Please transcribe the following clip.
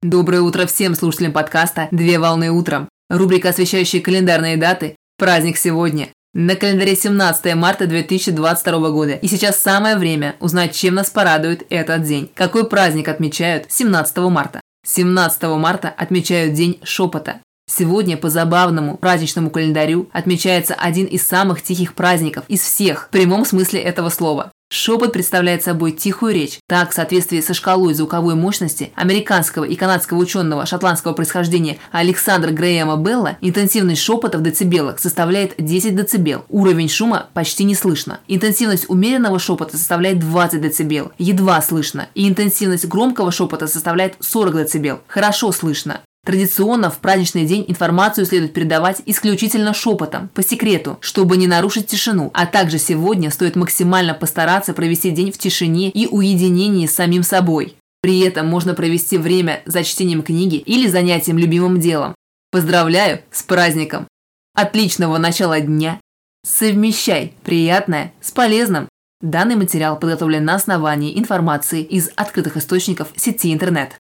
Доброе утро всем слушателям подкаста «Две волны утром». Рубрика, освещающая календарные даты. Праздник сегодня. На календаре 17 марта 2022 года. И сейчас самое время узнать, чем нас порадует этот день. Какой праздник отмечают 17 марта? 17 марта отмечают День шепота. Сегодня по забавному праздничному календарю отмечается один из самых тихих праздников из всех, в прямом смысле этого слова. Шепот представляет собой тихую речь. Так, в соответствии со шкалой звуковой мощности американского и канадского ученого шотландского происхождения Александра Грэема Белла, интенсивность шепота в децибелах составляет 10 дБ. Уровень шума почти не слышно. Интенсивность умеренного шепота составляет 20 дБ, едва слышно. И интенсивность громкого шепота составляет 40 дБ, хорошо слышно. Традиционно в праздничный день информацию следует передавать исключительно шепотом, по секрету, чтобы не нарушить тишину, а также сегодня стоит максимально постараться провести день в тишине и уединении с самим собой. При этом можно провести время за чтением книги или занятием любимым делом. Поздравляю с праздником! Отличного начала дня! Совмещай приятное с полезным! Данный материал подготовлен на основании информации из открытых источников сети интернет.